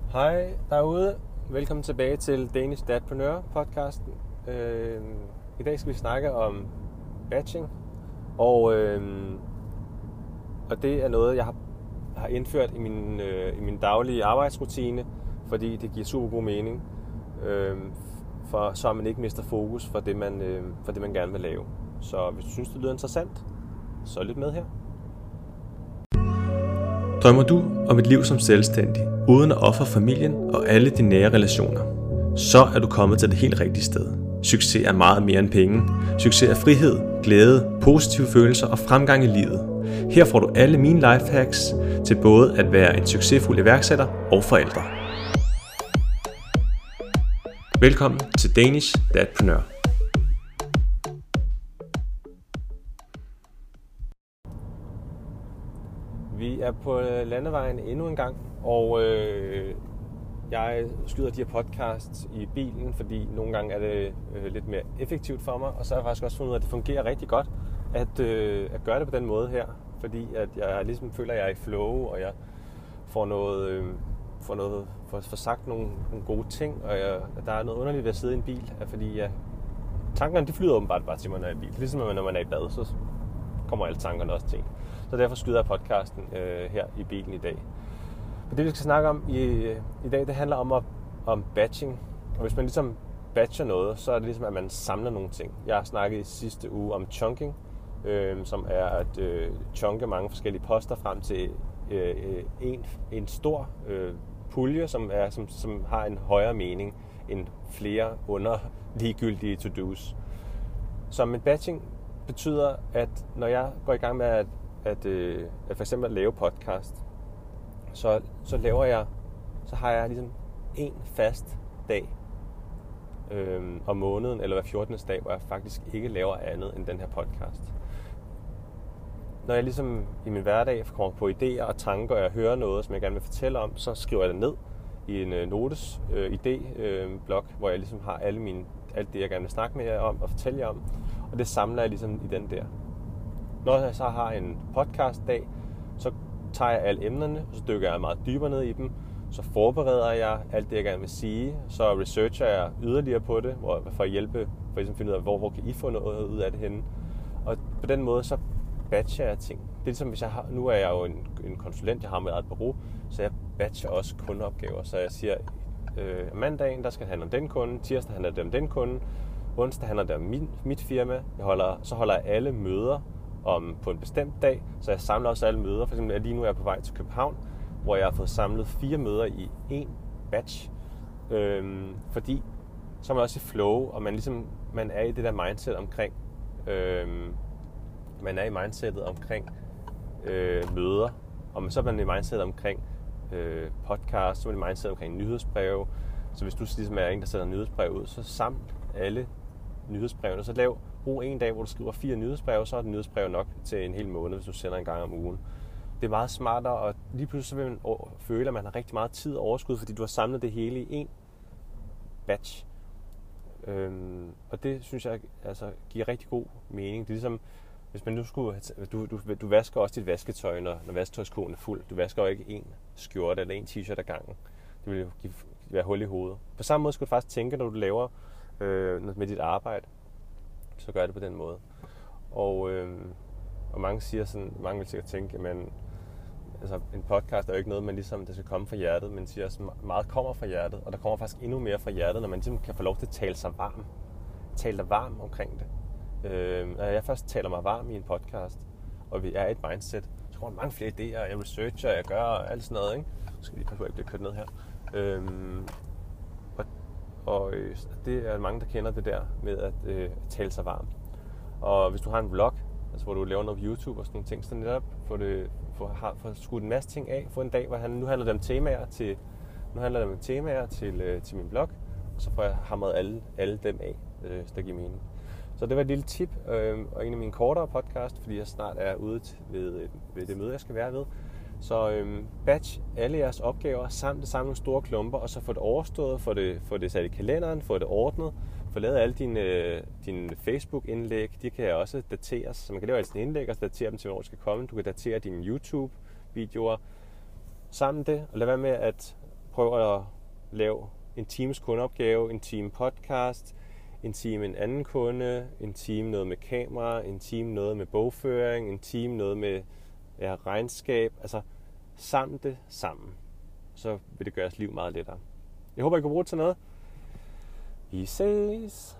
Hej derude. Velkommen tilbage til Danish Dadpreneur podcasten. I dag skal vi snakke om batching, og det er noget, jeg har indført i min daglige arbejdsrutine, fordi det giver super god mening, så man ikke mister fokus for det, man gerne vil lave. Så hvis du synes, det lyder interessant, så lyt med her. Drømmer du om et liv som selvstændig, uden at ofre familien og alle de nære relationer? Så er du kommet til det helt rigtige sted. Succes er meget mere end penge. Succes er frihed, glæde, positive følelser og fremgang i livet. Her får du alle mine lifehacks til både at være en succesfuld iværksætter og forældre. Velkommen til Danish Dadpreneur. Vi er på landevejen endnu en gang, og jeg skyder de her podcasts i bilen, fordi nogle gange er det lidt mere effektivt for mig, og så har jeg faktisk også fundet ud af, at det fungerer rigtig godt at gøre det på den måde her, fordi at jeg ligesom føler, at jeg er i flow, og jeg får sagt nogle gode ting, og der er noget underligt ved at sidde i en bil, fordi tankerne de flyder åbenbart bare til mig, når jeg er i bil. Ligesom når man er i bad, så kommer alle tankerne også til en. Så derfor skyder jeg podcasten her i bilen i dag. Og det vi skal snakke om i dag, det handler om batching. Og hvis man ligesom batcher noget, så er det ligesom, at man samler nogle ting. Jeg har snakket i sidste uge om chunking, som er at chunke mange forskellige poster frem til en stor pulje, som har en højere mening end flere ligegyldige to-dos. Så med batching betyder, at når jeg går i gang med at for eksempel at lave podcast, så har jeg ligesom en fast dag om måneden, eller hver 14. dag, hvor jeg faktisk ikke laver andet end den her podcast. Når jeg ligesom i min hverdag kommer på idéer og tanker, og jeg hører noget, som jeg gerne vil fortælle om, så skriver jeg det ned i en notes idé-blok, hvor jeg ligesom har alt det, jeg gerne vil snakke med jer om og fortælle jer om. Og det samler jeg ligesom i den der. Når jeg så har en podcast-dag, så tager jeg alle emnerne, og så dykker jeg meget dybere ned i dem. Så forbereder jeg alt det, jeg gerne vil sige. Så researcher jeg yderligere på det, for at hjælpe, for at finde ud af, hvor kan I få noget ud af det henne. Og på den måde, så batcher jeg ting. Det er ligesom, hvis nu er jeg jo en konsulent, jeg har med eget bureau, så jeg batcher også kundeopgaver. Så jeg siger, mandagen, der skal handle om den kunde, tirsdag handler det om den kunde, onsdag handler det om mit firma. Så holder jeg alle møder på en bestemt dag, så jeg samler også alle møder. For eksempel lige nu er jeg på vej til København, hvor jeg har fået samlet 4 møder i en batch. Fordi så er man også i flow, og man er i det der mindset omkring møder, og så er man i mindset omkring podcast, så er man i mindset omkring nyhedsbreve. Så hvis du ligesom er en, der sender nyhedsbrev ud, så saml alle nyhedsbrevene, så brug en dag, hvor du skriver 4 nyhedsbreve, så er det nyhedsbrev nok til en hel måned, hvis du sender en gang om ugen. Det er meget smartere, og lige pludselig så vil man føle, at man har rigtig meget tid og overskud, fordi du har samlet det hele i en batch. Og det synes jeg giver rigtig god mening. Det er ligesom, hvis man nu skulle du vasker også dit vasketøj, når vasketøjskoen er fuld. Du vasker jo ikke en skjorte eller en t-shirt ad gangen. Det vil jo være hul i hovedet. På samme måde skal du faktisk tænke, når du laver noget med dit arbejde, så gør det på den måde. Og mange siger sådan, mange vil sikkert tænke, men en podcast er jo ikke noget, man ligesom, der skal komme fra hjertet, men siger sådan, meget kommer fra hjertet, og der kommer faktisk endnu mere fra hjertet, når man ligesom kan få lov til at tale dig varm omkring det. Når jeg først taler mig varm i en podcast, og vi er i et mindset, så kommer der mange flere idéer, jeg researcher, jeg gør alt sådan noget, ikke? Så skal vi lige passe på, at jeg bliver kørt ned her. Og det er mange, der kender det der med at tale sig varm. Og hvis du har en vlog, hvor du laver noget på YouTube og sådan nogle ting, så netop få skudt en masse ting af. Få en dag, hvor nu handler det om temaer til min blog, og så får jeg hamret alle dem af, så det giver mening. Så det var et lille tip, og en af mine kortere podcast, fordi jeg snart er ude ved det møde, jeg skal være ved. Så batch alle jeres opgaver, samle nogle store klumper, og så få det overstået, få det sat i kalenderen, få det ordnet, få lavet alle dine Facebook-indlæg. De kan også dateres, så man kan lave alle sine indlæg og datere dem til, hvor det skal komme. Du kan datere dine YouTube-videoer. Samle det, og lad være med at prøv at lave en times kundeopgave, en time podcast, en time en anden kunde, en time noget med kamera, en time noget med bogføring, en time noget med regnskab. Altså samle det sammen. Så vil det gøre jeres liv meget lettere. Jeg håber, I kan bruge det til noget. Vi ses!